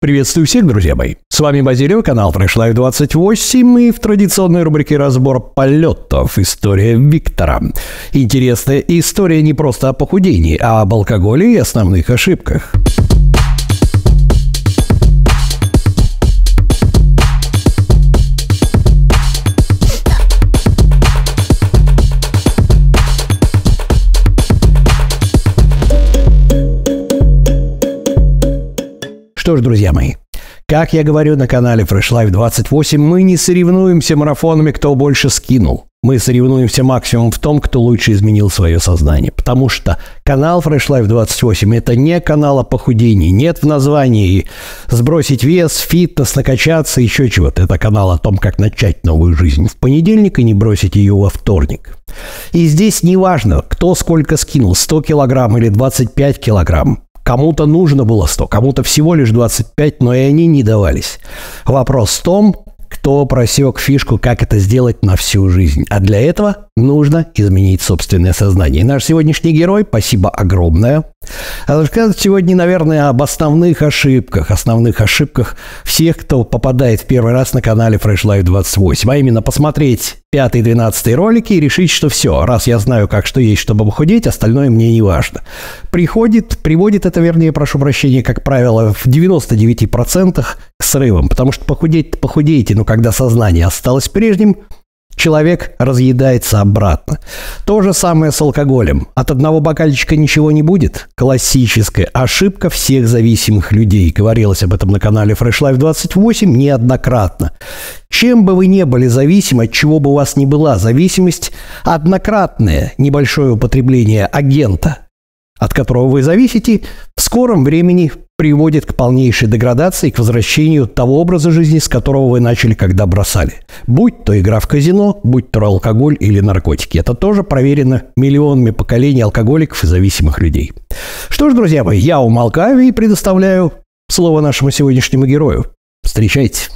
Приветствую всех, друзья мои. С вами Базилио, канал Fresh Life 28 и в традиционной рубрике разбор полетов «История Виктора». Интересная история не просто о похудении, а об алкоголе и основных ошибках. Что ж, друзья мои, как я говорю на канале Fresh Life 28, мы не соревнуемся марафонами, кто больше скинул. Мы соревнуемся максимум в том, кто лучше изменил свое сознание. Потому что канал Fresh Life 28 – это не канал о похудении. Нет в названии сбросить вес, фитнес, накачаться, еще чего-то. Это канал о том, как начать новую жизнь в понедельник и не бросить ее во вторник. И здесь не важно, кто сколько скинул, 100 килограмм или 25 килограмм. Кому-то нужно было 100, кому-то всего лишь 25, но и они не давались. Вопрос в том, кто просек фишку, как это сделать на всю жизнь. А для этого нужно изменить собственное сознание. И наш сегодняшний герой, спасибо огромное, рассказывает сегодня, наверное, об основных ошибках всех, кто попадает в первый раз на канале Fresh Life 28. А именно посмотреть 5-12 ролики и решить, что все, раз я знаю, как что есть, чтобы похудеть, остальное мне не важно. Приводит это, вернее, прошу прощения, как правило, в 99% к срывам, потому что похудеете, но когда сознание осталось прежним, человек разъедается обратно. То же самое с алкоголем. От одного бокальчика ничего не будет. Классическая ошибка всех зависимых людей. Говорилось об этом на канале Fresh Life 28 неоднократно. Чем бы вы ни были зависимы, от чего бы у вас ни была зависимость, однократное небольшое употребление агента, от которого вы зависите, в скором времени приводит к полнейшей деградации, к возвращению того образа жизни, с которого вы начали, когда бросали. Будь то игра в казино, будь то алкоголь или наркотики. Это тоже проверено миллионами поколений алкоголиков и зависимых людей. Что ж, друзья мои, я умолкаю и предоставляю слово нашему сегодняшнему герою. Встречайте.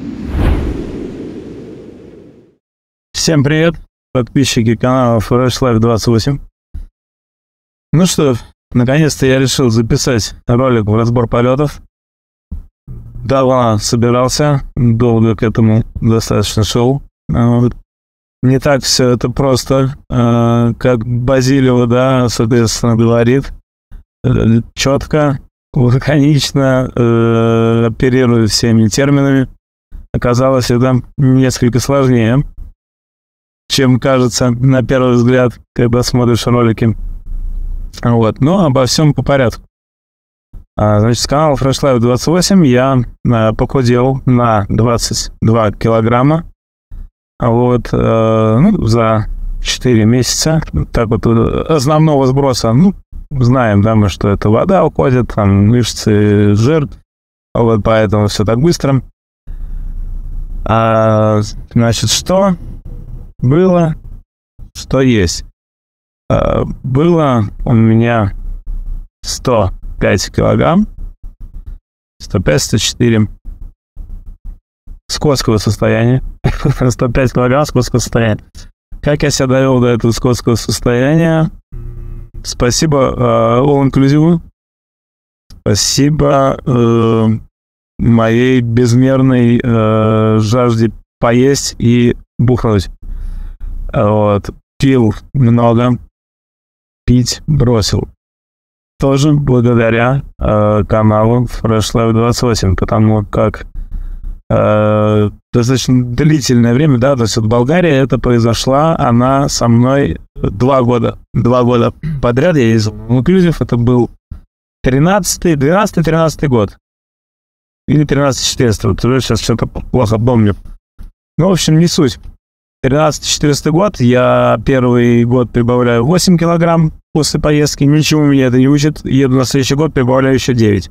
Всем привет, подписчики канала Fresh Life 28. Ну что, наконец-то я решил записать ролик в разбор полетов. Давно собирался, долго к этому достаточно шел. Не так все это просто, как Базилио, да, соответственно, говорит. Четко, лаконично, оперирует всеми терминами. Оказалось, это несколько сложнее, чем кажется на первый взгляд, когда смотришь ролики. Вот, но обо всем по порядку. Значит, с канала Fresh Life 28 я похудел на 22 килограмма. Вот, за 4 месяца. Так вот, основного сброса, знаем, да, мы, что это вода уходит, там, мышцы, жир. Вот, поэтому все так быстро. Значит, что было, что есть. Было у меня 105 килограмм, 105-104 скотского состояния, 105 килограмм скотского состояния. Как я себя довел до этого скотского состояния? Спасибо All Inclusive, спасибо моей безмерной жажде поесть и бухнуть. Вот. Пил много, пить бросил. Тоже благодаря каналу Fresh Life 28, потому как достаточно длительное время, да, то есть вот Болгария это произошла, она со мной 2 года. 2 года подряд я ездил в Inclusive, это был 12-13 год. Или 13-14, вот уже сейчас что-то плохо помню. Ну, в общем, не суть. 13-14 год, я первый год прибавляю 8 килограмм после поездки, ничего меня это не учит, еду на следующий год, прибавляю еще 9.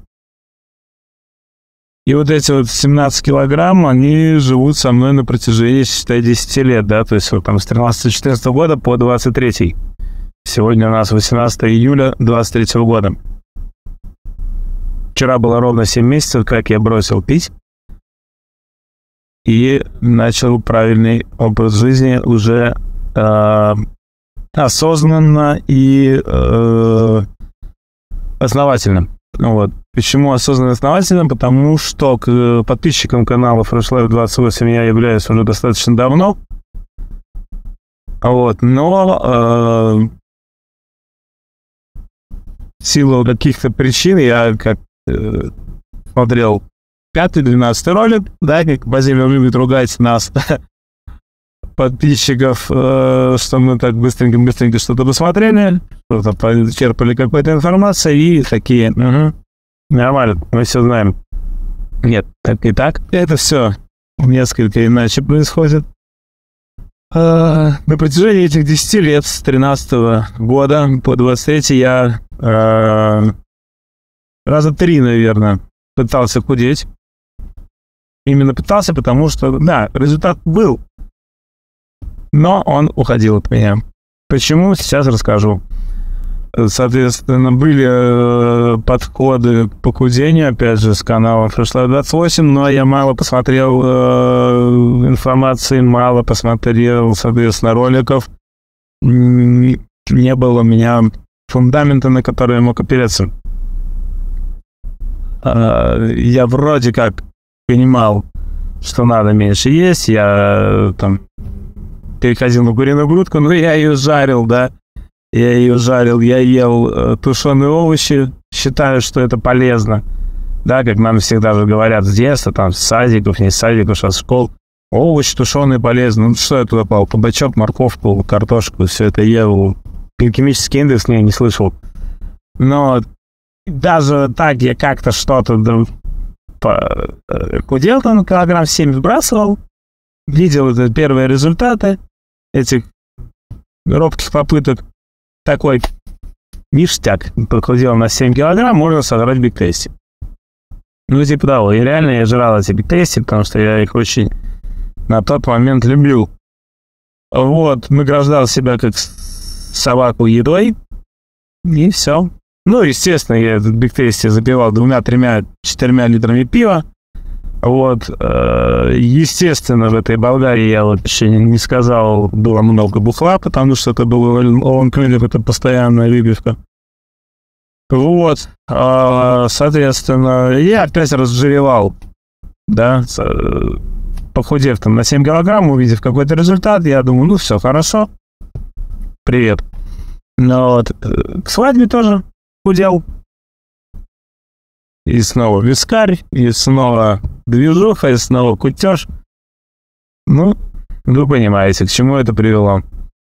И вот эти вот 17 килограмм, они живут со мной на протяжении, считай, 10 лет, да, то есть вот там с 13-14 года по 23. Сегодня у нас 18 июля 23 года. Вчера было ровно 7 месяцев, как я бросил пить. И начал правильный образ жизни уже осознанно и основательно. Вот. Почему осознанно основательно? Потому что к подписчикам канала Fresh Life 28 я являюсь уже достаточно давно. Вот. Но в силу каких-то причин я смотрел 5-12 ролик, да, как Базилио любит ругать нас, подписчиков, что мы так быстренько что-то посмотрели, что-то почерпали какой-то информации и такие, нормально, мы все знаем. Нет, так и так. Это все несколько иначе происходит. На протяжении этих 10 лет, с 13 года по 23 я раза 3, наверное, пытался худеть. Именно пытался, потому что, да, результат был, но он уходил от меня. Почему? Сейчас расскажу. Соответственно, были подходы к похудению, опять же, с канала Fresh Life 28, но я мало посмотрел информации, мало посмотрел, соответственно, роликов. Не было у меня фундамента, на который я мог опереться. Я вроде как понимал, что надо меньше есть, я там переходил на куриную грудку, но я ее жарил, да, я ел тушеные овощи, считаю, что это полезно, да, как нам всегда же говорят с детства, там, с садиков, не с садиков, сейчас школ, овощи тушеные полезны, ну, что я туда попал, кабачок, морковку, картошку, все это ел, гликемический индекс не слышал, но даже так я как-то что-то худел, там, килограмм 7 сбрасывал, видел это первые результаты этих робких попыток, такой ништяк, похудел на 7 килограмм, можно сожрать биг-тесте. Ну, типа того, и реально я жрал эти биг-тесты, потому что я их очень на тот момент любил. Вот, награждал себя как собаку едой, и все. Ну, естественно, я этот биг-тесте запивал 2, 3, 4 литрами пива. Вот, естественно, в этой Болгарии я вот еще не сказал, было много бухла, потому что это был all-inclusive, это постоянная выпивка. Вот, соответственно, я опять разжиревал, да, похудев там на 7 килограмм, увидев какой-то результат, я думаю, ну все, хорошо, привет. Но вот, к свадьбе тоже худел. И снова вискарь, и снова движуха, и снова кутеж. Ну, вы понимаете, к чему это привело.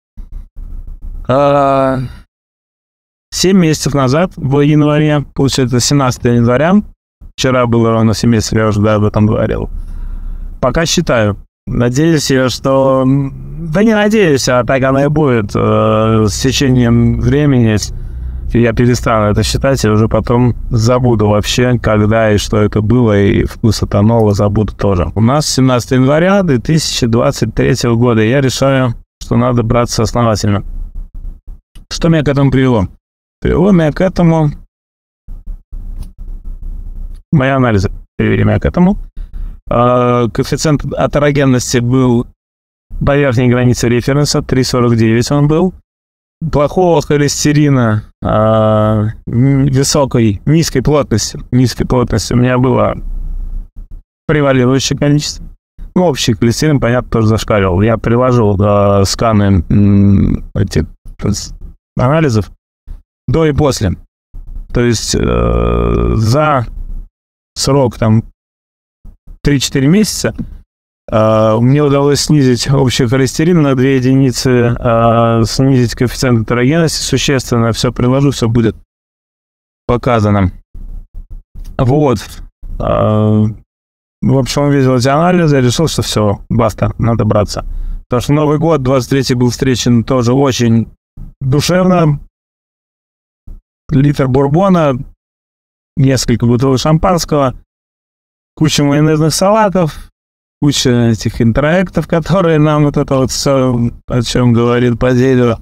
7 месяцев назад, в январе, получается, 17 января, вчера было ровно 7 месяцев, я уже об этом говорил. Пока считаю. Надеюсь я, что... Да не надеюсь, а так оно и будет. С течением времени я перестану это считать, и уже потом забуду вообще, когда и что это было, и вкус этанола забуду тоже. У нас 17 января 2023 года. Я решаю, что надо браться основательно. Что меня к этому привело? Привело меня к этому... Мои анализы привели меня к этому. Коэффициент атерогенности был по верхней границе референса, 3,49 он был. Плохого холестерина, низкой плотности у меня было превалирующее количество. Ну, общий холестерин, понятно, тоже зашкаливал. Я приложил сканы этих анализов до и после. То есть за срок там 3-4 месяца мне удалось снизить общий холестерин на 2 единицы, снизить коэффициент атерогенности существенно. Все приложу, все будет показано. Вот. В общем, увидел эти анализы, решил, что все, баста, надо браться. Потому что Новый год, 23-й, был встречен тоже очень душевно. Литр бурбона, несколько бутылок шампанского, куча майонезных салатов, куча этих интроектов, которые нам вот это вот все, о чем говорит Базилио.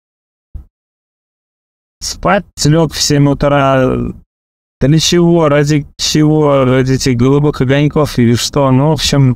Спать лег в 7 утра. Для чего? Ради чего? Ради этих голубых огоньков или что? Ну, в общем,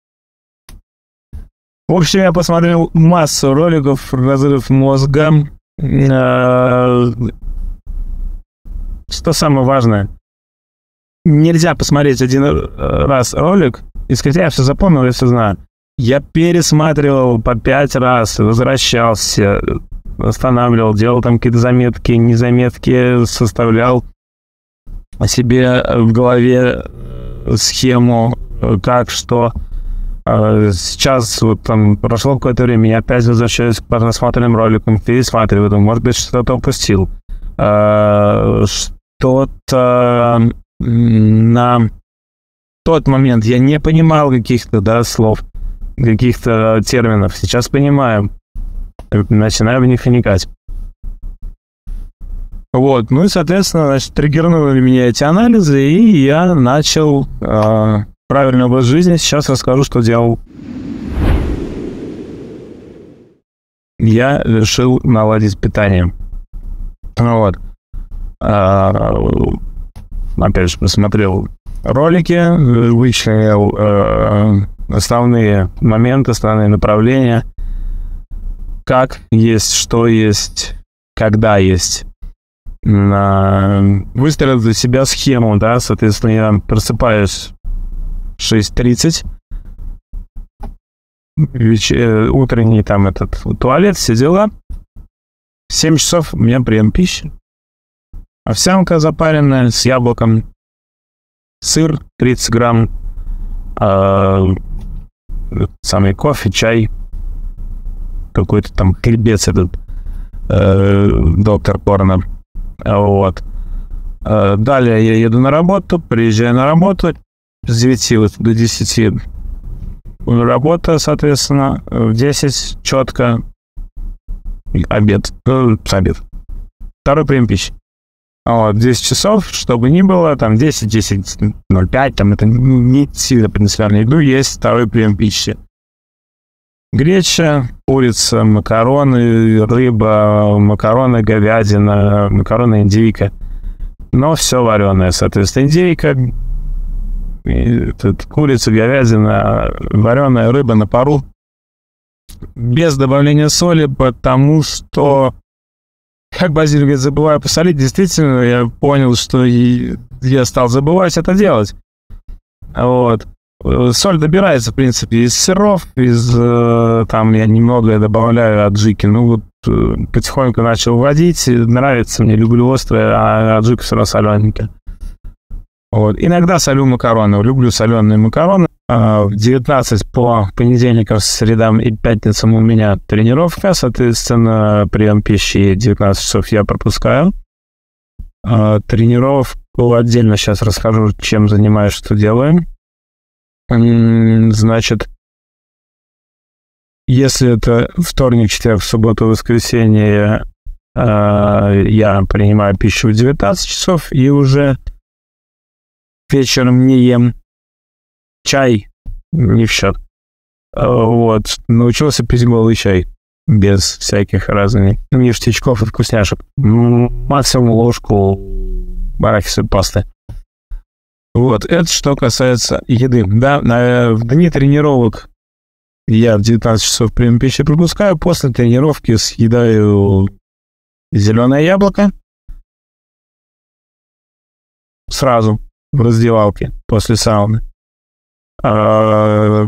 я посмотрел массу роликов, разрыв мозга. что самое важное, нельзя посмотреть один раз ролик и сказать, я все запомнил, я все знаю. Я пересматривал по 5 раз, возвращался, останавливал, делал там какие-то заметки, незаметки, составлял себе в голове схему, как, что. Сейчас вот там прошло какое-то время, я опять возвращаюсь к просмотренным роликам, пересматриваю, думаю, может быть, что-то упустил. Что-то на тот момент я не понимал каких-то, слов, каких-то терминов. Сейчас понимаю, начинаю в них вникать. Вот, ну и, соответственно, значит, триггернули меня эти анализы, и я начал правильный образ жизни. Сейчас расскажу, что делал. Я решил наладить питание. Вот. Опять же, посмотрел ролики, вычленил основные моменты, основные направления. Как есть, что есть, когда есть. Выстроил для себя схему, да, соответственно, я просыпаюсь 6:30, утренний там этот туалет, все дела. В 7 часов у меня прием пищи. Овсянка запаренная с яблоком, сыр 30 грамм, самый кофе, чай, какой-то там хлебец этот, доктор Корнер. Вот. Далее я еду на работу, приезжаю на работу, с 9 до 10 работа, соответственно, в 10 четко обед. Второй прием пищи. Вот, 10 часов, чтобы ни было, там 10:05, там это не сильно принципиально. Иду, есть второй прием пищи. Греча, курица, макароны, рыба, макароны, говядина, макароны, индейка. Но все вареное, соответственно, индейка, курица, говядина, вареная рыба на пару. Без добавления соли, потому что, как Базилий говорит, забываю посолить. Действительно, я понял, что я стал забывать это делать. Вот. Соль добирается, в принципе, из сыров, там я немного добавляю аджики. Ну вот потихоньку начал вводить. Нравится мне, люблю острое, а аджика все равно солененькая. Вот. Иногда солю макароны. Люблю соленые макароны. В 19 по понедельникам, средам и пятницам у меня тренировка. Соответственно, прием пищи 19 часов я пропускаю. Тренировку отдельно сейчас расскажу, чем занимаюсь, что делаем. Значит, если это вторник, четверг, суббота, воскресенье, я принимаю пищу в 19 часов и уже вечером не ем. Чай не в счет. Вот. Научился пить голый чай без всяких разных ништячков и вкусняшек. Максимум ложку арахисовой пасты. Вот, это что касается еды. Да, в дни тренировок я в 19 часов прием пищи пропускаю. После тренировки съедаю зеленое яблоко. Сразу в раздевалке после сауны. По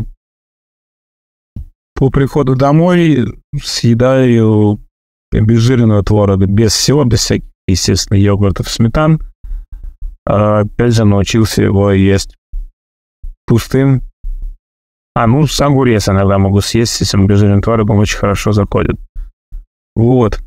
приходу домой съедаю обезжиренного творога. Без всего, без всяких, естественно, йогуртов, сметан. Опять же, научился его есть пустым. С огурец иногда могу съесть, с этим обезжиренным творогом очень хорошо заходит. Вот.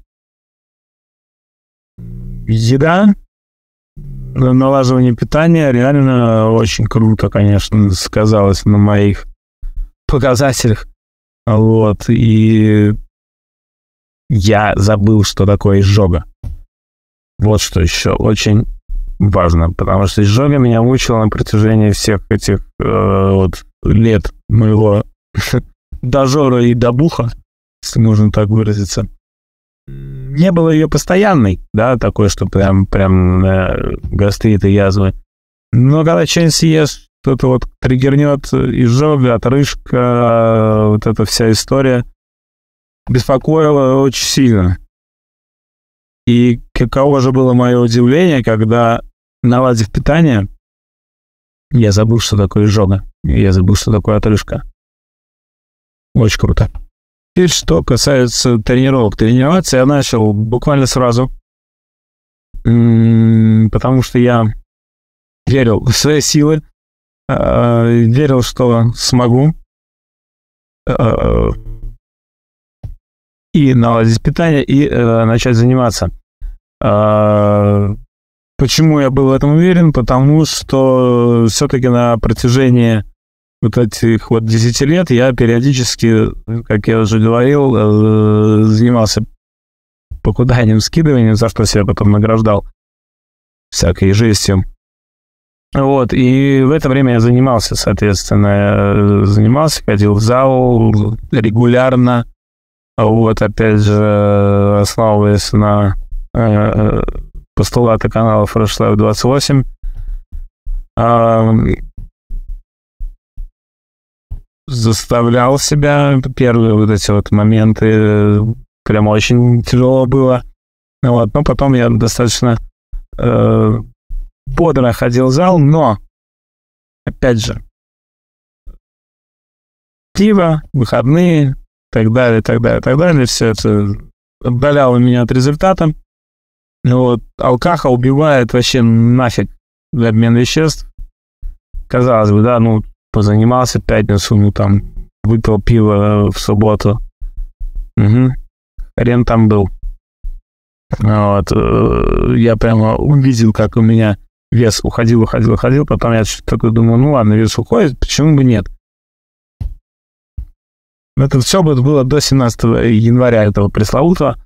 Еда, налаживание питания реально очень круто, конечно, сказалось на моих показателях. Вот. И я забыл, что такое изжога. Вот что еще очень важно, потому что изжога меня мучила на протяжении всех этих лет моего дожора и добуха, если можно так выразиться. Не было ее постоянной, да, такой, что прям гастрит и язвы. Но когда что-нибудь съешь, что-то вот триггернет, изжога, отрыжка, вот эта вся история беспокоила очень сильно. И каково же было мое удивление, когда, наладив питание, я забыл, что такое изжога. Я забыл, что такое отрыжка. Очень круто. И что касается тренировок. Тренироваться я начал буквально сразу. Потому что я верил в свои силы. Верил, что смогу. И наладить питание, и начать заниматься. Почему я был в этом уверен? Потому что все-таки на протяжении вот этих вот 10 лет я периодически, как я уже говорил, занимался похуданием, скидыванием, за что себя потом награждал всякой жестью. Вот, и в это время я занимался, соответственно, ходил в зал регулярно, вот, опять же, основываясь на постулаты канала Fresh Life 28. Заставлял себя, первые вот эти вот моменты, прям очень тяжело было. Вот, но потом я достаточно бодро ходил в зал, но, опять же, пиво, выходные, так далее, все это отдаляло меня от результата. Вот, алкаха убивает вообще нафиг обмен веществ. Казалось бы, да, ну, позанимался в пятницу, ну, там, выпил пиво в субботу. Хрен там был. Вот, я прямо увидел, как у меня вес уходил, потом я такой думаю, ну ладно, вес уходит, почему бы нет? Это все было до 17 января этого пресловутого,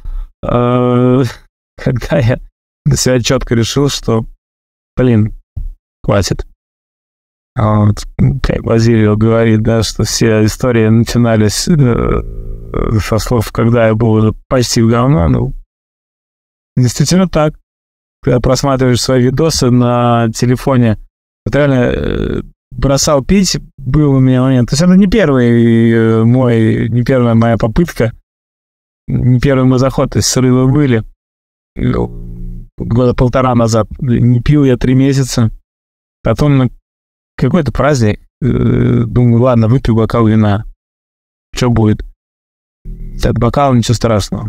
когда я для себя четко решил, что, хватит. Вот, как Базилио говорит, да, что все истории начинались со слов, когда я был уже почти в говно. Ну, действительно так. Когда просматриваешь свои видосы на телефоне, вот реально бросал пить, был у меня момент. То есть это не первая моя попытка, не первый мой заход, то есть срывы были. Года 1,5 назад. Не пил я 3 месяца. Потом на какой-то праздник, думаю, ладно, выпью бокал вина. Что будет? От бокала ничего страшного.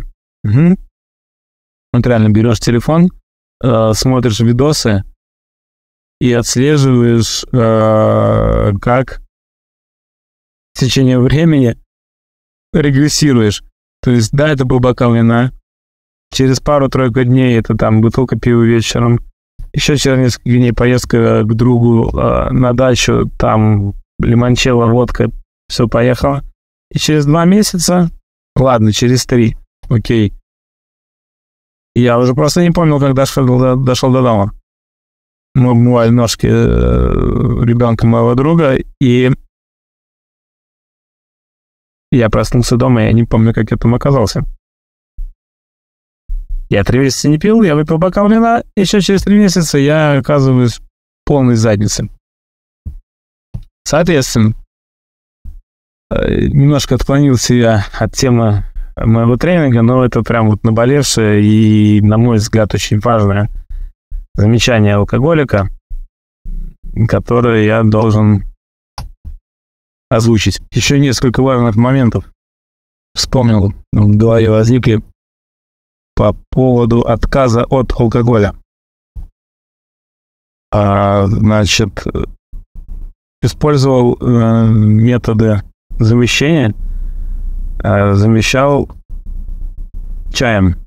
Вот реально берешь телефон, смотришь видосы и отслеживаешь, как в течение времени регрессируешь. То есть, да, это был бокал вина. Через пару-тройку дней это там бутылка пива вечером. Еще через несколько дней поездка к другу на дачу, там лимончелло, водка, все, поехало. И через 2 месяца, ладно, через 3, окей. Я уже просто не помнил, как дошел до дома. Мы обмывали ножки ребенка моего друга, и я проснулся дома, и я не помню, как я там оказался. Я 3 месяца не пил, я выпил бокал вина, и еще через 3 месяца я оказываюсь в полной заднице. Соответственно, немножко отклонился я от темы моего тренинга, но это прям вот наболевшее и, на мой взгляд, очень важное замечание алкоголика, которое я должен озвучить. Еще несколько важных моментов вспомнил, в голове возникли по поводу отказа от алкоголя. Значит, использовал методы замещения, замещал чаем.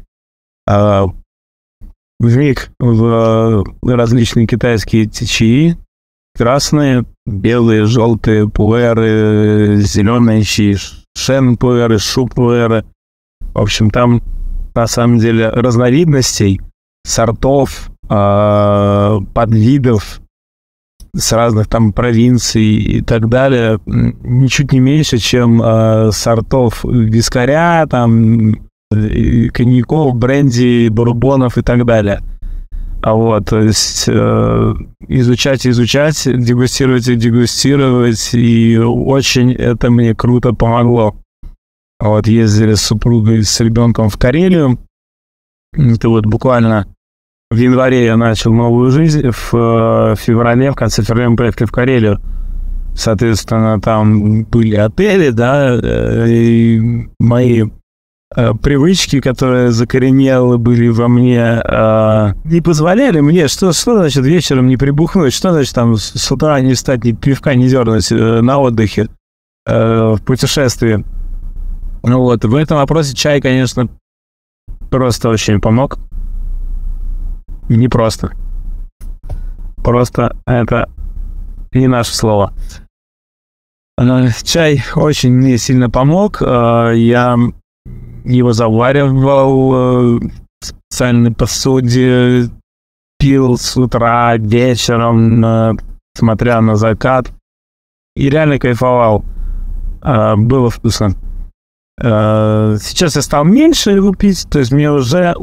Вник в различные китайские чаи, красные, белые, желтые пуэры, зеленые чаи, шен пуэры, шу пуэры. В общем, там на самом деле разновидностей, сортов, подвидов с разных там провинций и так далее ничуть не меньше, чем сортов вискаря, там, коньяков, бренди, бурбонов и так далее. Вот, то есть изучать, дегустировать, и очень это мне круто помогло. Вот, ездили с супругой, с ребенком в Карелию, Это вот буквально в январе я начал новую жизнь, в феврале, в конце февраля мы поехали в Карелию. Соответственно, там были отели, да, и мои привычки, которые закоренелые были во мне, не позволяли мне, что значит вечером не прибухнуть, что значит там с утра не встать, ни пивка не дернуть на отдыхе, в путешествии. Ну вот, в этом вопросе чай, конечно, просто очень помог. Не просто. Просто это не наше слово. Чай очень мне сильно помог. Я его заваривал в специальной посуде, пил с утра, вечером, смотря на закат. И реально кайфовал. Было вкусно. Сейчас я стал меньше его пить, то есть мне уже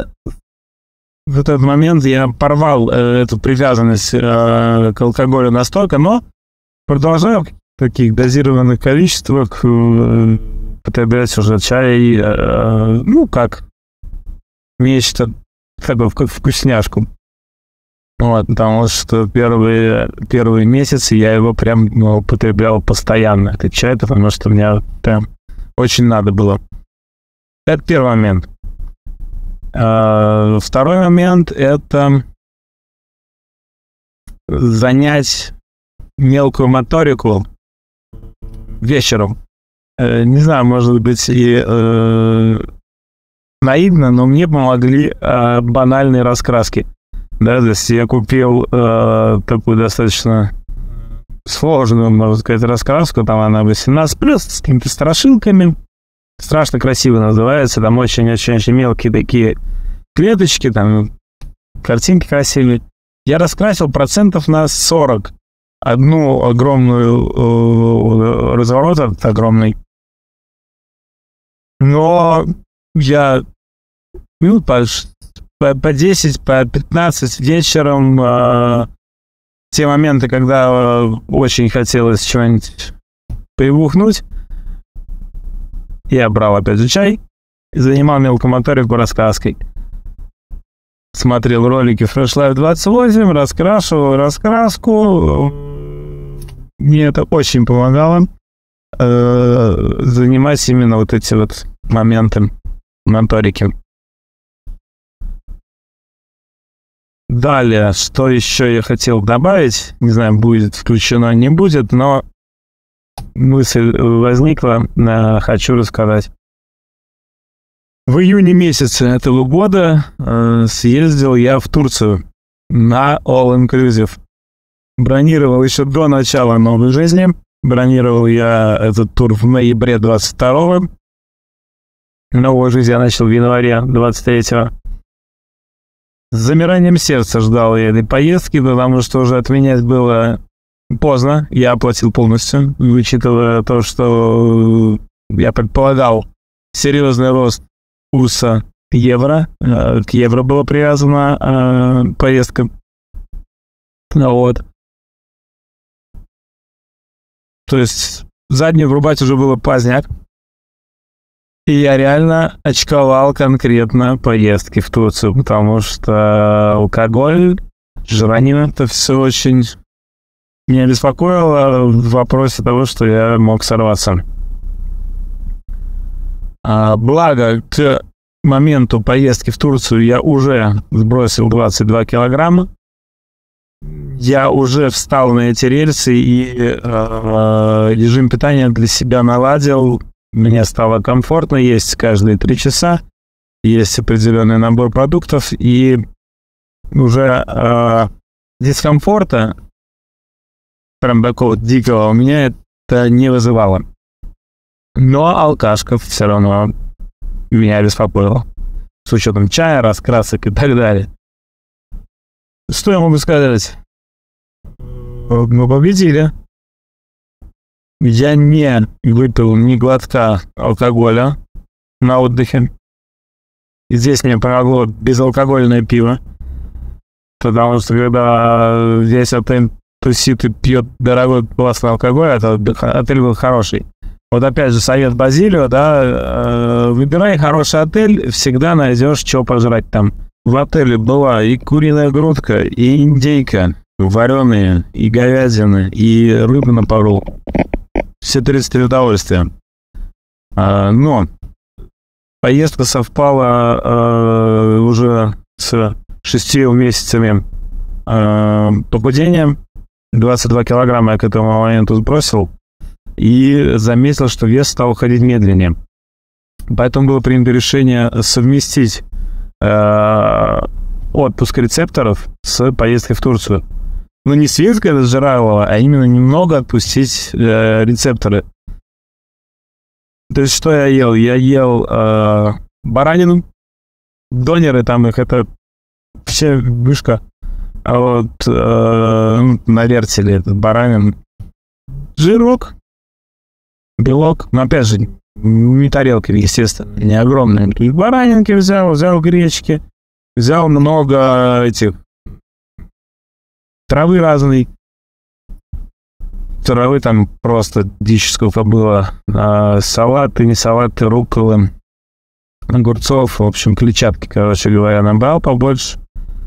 в этот момент я порвал эту привязанность к алкоголю настолько, но продолжаю в таких дозированных количествах потреблять уже чай, ну, как нечто такое, как вкусняшку. Вот, потому что первые месяцы я его прям употреблял постоянно, этот чай, потому что мне прям очень надо было. Это первый момент. Второй момент — это занять мелкую моторику вечером. Не знаю, может быть, и наивно, но мне помогли банальные раскраски. Да, то есть я купил такую достаточно сложную, можно сказать, раскраску. Там она 18+, с какими-то страшилками. Страшно красиво называется. Там очень-очень мелкие такие клеточки, там картинки красивые. Я раскрасил процентов на 40. Одну огромную разворот огромный. Но я минут по 10, по 15 вечером, те моменты, когда очень хотелось чего-нибудь прибухнуть, я брал опять же чай и занимал мелкую моторику раскраской. Смотрел ролики Fresh Life 28, раскрашивал раскраску. Мне это очень помогало занимать именно вот эти вот моменты моторики. Далее, что еще я хотел добавить, не знаю, будет включено, не будет, но мысль возникла, хочу рассказать. В июне месяце этого года съездил я в Турцию на All Inclusive. Бронировал еще до начала новой жизни. Бронировал я этот тур в ноябре 22-го. Новую жизнь я начал в январе 23-го. С замиранием сердца ждал я этой поездки, потому что уже отменять было поздно. Я оплатил полностью, учитывая то, что я предполагал серьезный рост курса евро. К евро была привязана поездка. Вот. То есть заднюю врубать уже было поздняк. И я реально очковал конкретно поездки в Турцию, потому что алкоголь, жранина, это все очень меня беспокоило в вопросе того, что я мог сорваться. Благо, к моменту поездки в Турцию я уже сбросил 22 килограмма. Я уже встал на эти рельсы и режим питания для себя наладил. Мне стало комфортно есть каждые 3 часа. Есть определенный набор продуктов. И уже дискомфорта, прям такого дикого, у меня это не вызывало. Но алкашка все равно меня беспокоила. С учетом чая, раскрасок и так далее. Что я могу сказать? Мы победили. Я не выпил ни глотка алкоголя на отдыхе. И здесь мне помогло безалкогольное пиво. Потому что когда весь отель тусит и пьет дорогой классный алкоголь, это отель был хороший. Вот опять же совет Базилио, да, выбирай хороший отель, всегда найдешь, что пожрать там. В отеле была и куриная грудка, и индейка вареные, и говядина, и рыба на пару. Все 33 удовольствия. Но поездка совпала уже с 6 месяцами похудения. 22 килограмма я к этому моменту сбросил. И заметил, что вес стал уходить медленнее. Поэтому было принято решение совместить отпуск рецепторов с поездкой в Турцию. Ну, не светское разжиралово, а именно немного отпустить рецепторы. То есть, что я ел? Я ел баранину, донеры там их, это вообще вышка. А вот на вертеле этот баранин, жирок, белок, но опять же, не тарелки, естественно, не огромные. Баранинки взял гречки, взял много этих травы разной. Травы там просто дичь сколько было. Салаты, не салаты, рукколы, огурцов, в общем, клетчатки, короче говоря, набрал побольше.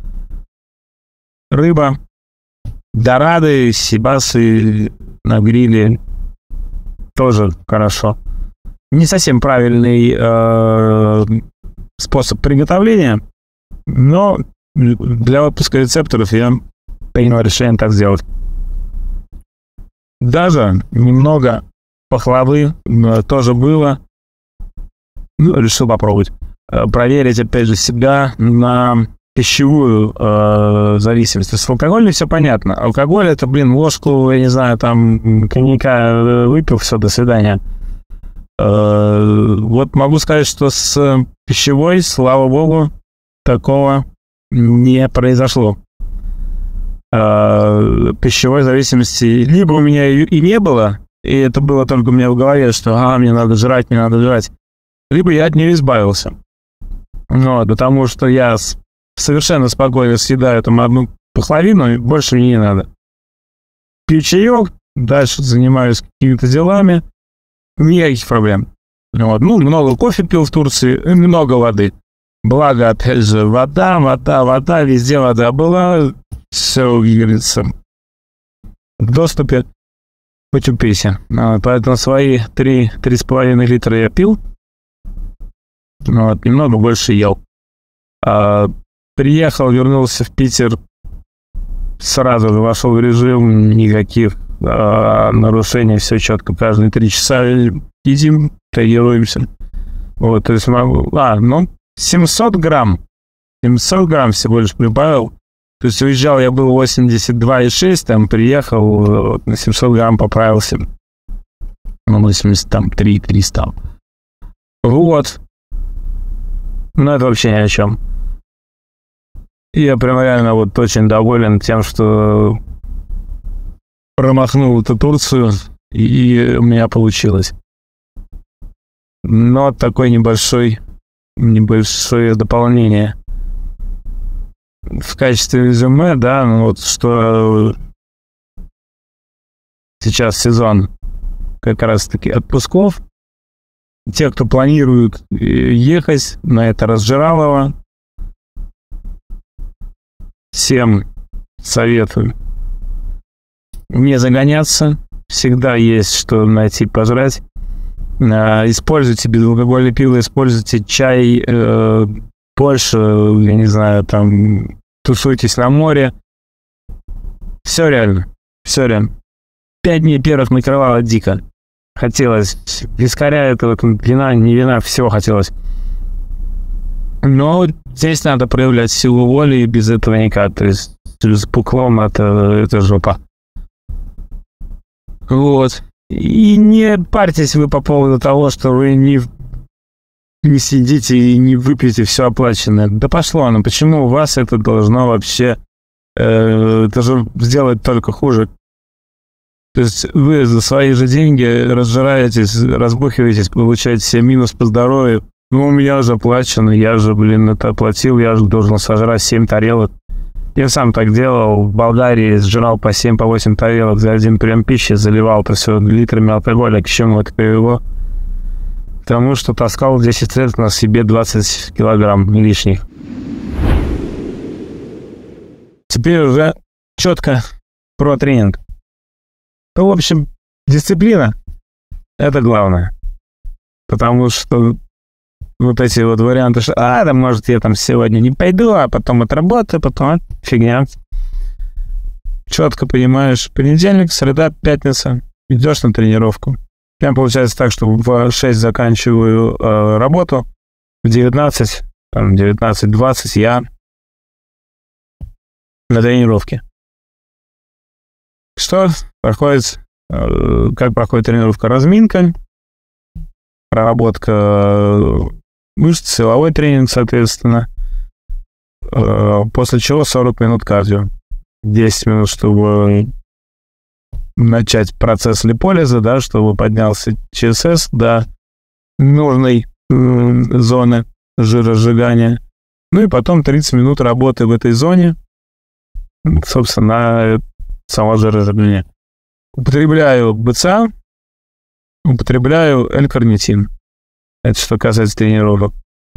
Рыба, дорады, сибасы на гриле. Тоже хорошо. Не совсем правильный способ приготовления, но для отпуска рецепторов я принял решение так сделать. Даже немного пахлавы тоже было. Ну, решил попробовать. Проверить, опять же, себя на пищевую зависимость. С алкоголем все понятно. Алкоголь — это, ложку, я не знаю, там, коньяка выпил, все, до свидания. Вот могу сказать, что с пищевой, слава богу, такого не произошло. Пищевой зависимости либо у меня и не было, и это было только у меня в голове, что мне надо жрать, либо я от нее избавился. Вот, потому что я совершенно спокойно съедаю там одну пахлавину, и больше мне не надо. Пью чаек, дальше занимаюсь какими-то делами, никаких проблем. Вот. Ну, много кофе пил в Турции, много воды. Благо, опять же, вода, везде вода была. Все, как говорится, в доступе, хоть упейся. Поэтому свои 3,5 литра я пил. Вот, немного больше ел. Приехал, вернулся в Питер, сразу же вошел в режим, никаких нарушений, все четко, каждые 3 часа едим, тренируемся. Вот, то есть могу... 700 грамм всего лишь прибавил. То есть уезжал я был 82,6, там приехал, на 700 грамм поправился. На 83 стал. Вот. Но это вообще ни о чем. И я прям реально вот очень доволен тем, что промахнул эту Турцию, и у меня получилось. Но такое небольшое дополнение. В качестве резюме, да, что сейчас сезон как раз-таки отпусков. Те, кто планирует ехать на это разжиралово, всем советую не загоняться. Всегда есть что найти, пожрать. Используйте безалкогольное пиво, используйте чай больше, я не знаю, там, тусуйтесь на море. Все реально. 5 дней первых накрывало дико. Хотелось вискаря этого, вина, не вина, всего хотелось. Но здесь надо проявлять силу воли, и без этого никак. То есть с пуклом это жопа. Вот. И не парьтесь вы по поводу того, что вы не сидите и не выпьете все оплаченное. Да пошло оно. Почему у вас это должно вообще это же сделать только хуже? То есть вы за свои же деньги разжираетесь, разбухиваетесь, получаете себе минус по здоровью. Ну, у меня же оплачено, я же, это оплатил, я же должен сожрать 7 тарелок. Я сам так делал. В Болгарии сжирал по 7-8 тарелок за один прием пищи, заливал это все литрами алкоголя. К чему это привело? К тому, что таскал 10 лет на себе 20 килограмм лишних. Теперь уже четко про тренинг. Ну, в общем, дисциплина – это главное. Потому что вот эти вот варианты, что да, может, я там сегодня не пойду, а потом отработаю, потом фигня. Четко понимаешь, понедельник, среда, пятница, идешь на тренировку. Прям получается так, что в 6 заканчиваю работу, в 19, там, 19:20 я на тренировке. Что проходит, как проходит тренировка? Разминка, проработка мышц, силовой тренинг, соответственно. После чего 40 минут кардио. 10 минут, чтобы начать процесс липолиза, да, чтобы поднялся ЧСС до нужной зоны жиросжигания. Ну и потом 30 минут работы в этой зоне, собственно, само жиросжигание. Употребляю БЦА, употребляю L-карнитин. Это что касается тренировок.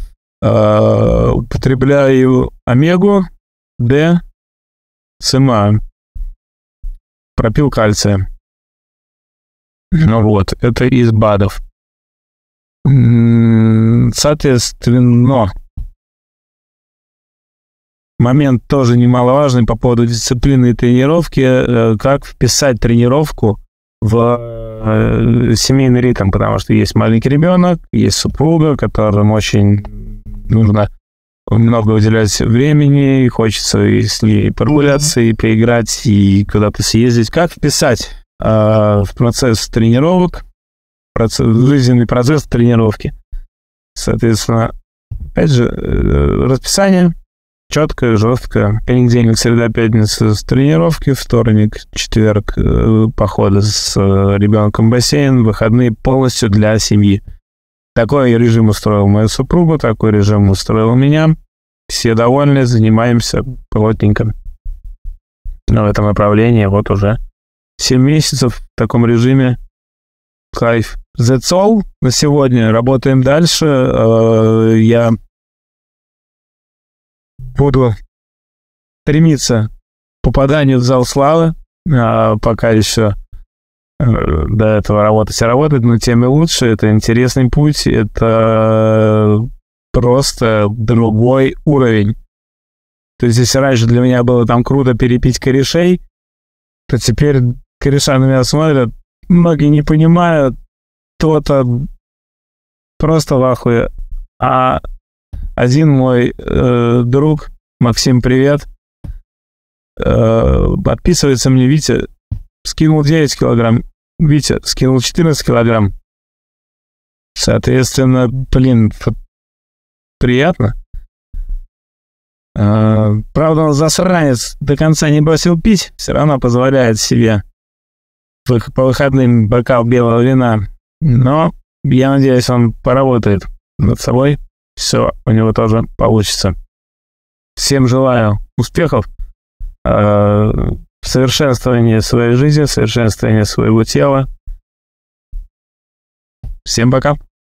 Употребляю омегу, D, СМА. Пропил кальция. Ну вот, это из БАДов. Соответственно, момент тоже немаловажный по поводу дисциплины и тренировки. Как вписать тренировку в семейный ритм, потому что есть маленький ребенок, есть супруга, которым очень нужно много уделять времени, хочется, если прогуляться, и поиграть, и куда-то съездить. Как вписать в процесс тренировок, жизненный процесс тренировки? Соответственно, опять же, расписание четкое, жесткое. Понедельник, среда, пятница с тренировки, вторник, четверг походы с ребенком в бассейн, выходные полностью для семьи. Такой режим устроил мою супругу, такой режим устроил меня. Все довольны, занимаемся плотненько. Но в этом направлении вот уже 7 месяцев в таком режиме. Кайф. That's all на сегодня. Работаем дальше. Я буду стремиться к попаданию в зал славы. Пока еще до этого работать, но тем и лучше. Это интересный путь. Это просто другой уровень. То есть, если раньше для меня было там круто перепить корешей, то теперь кореша на меня смотрят, многие не понимают, кто-то просто в ахуе. А один мой друг, Максим, привет, подписывается мне: Витя, скинул 9 килограмм, Витя, скинул 14 килограмм. Соответственно, блин, приятно. Правда, он засранец, до конца не бросил пить, все равно позволяет себе по выходным бокал белого вина. Но я надеюсь, он поработает над собой. Все у него тоже получится. Всем желаю успехов, совершенствования своей жизни, совершенствования своего тела. Всем пока.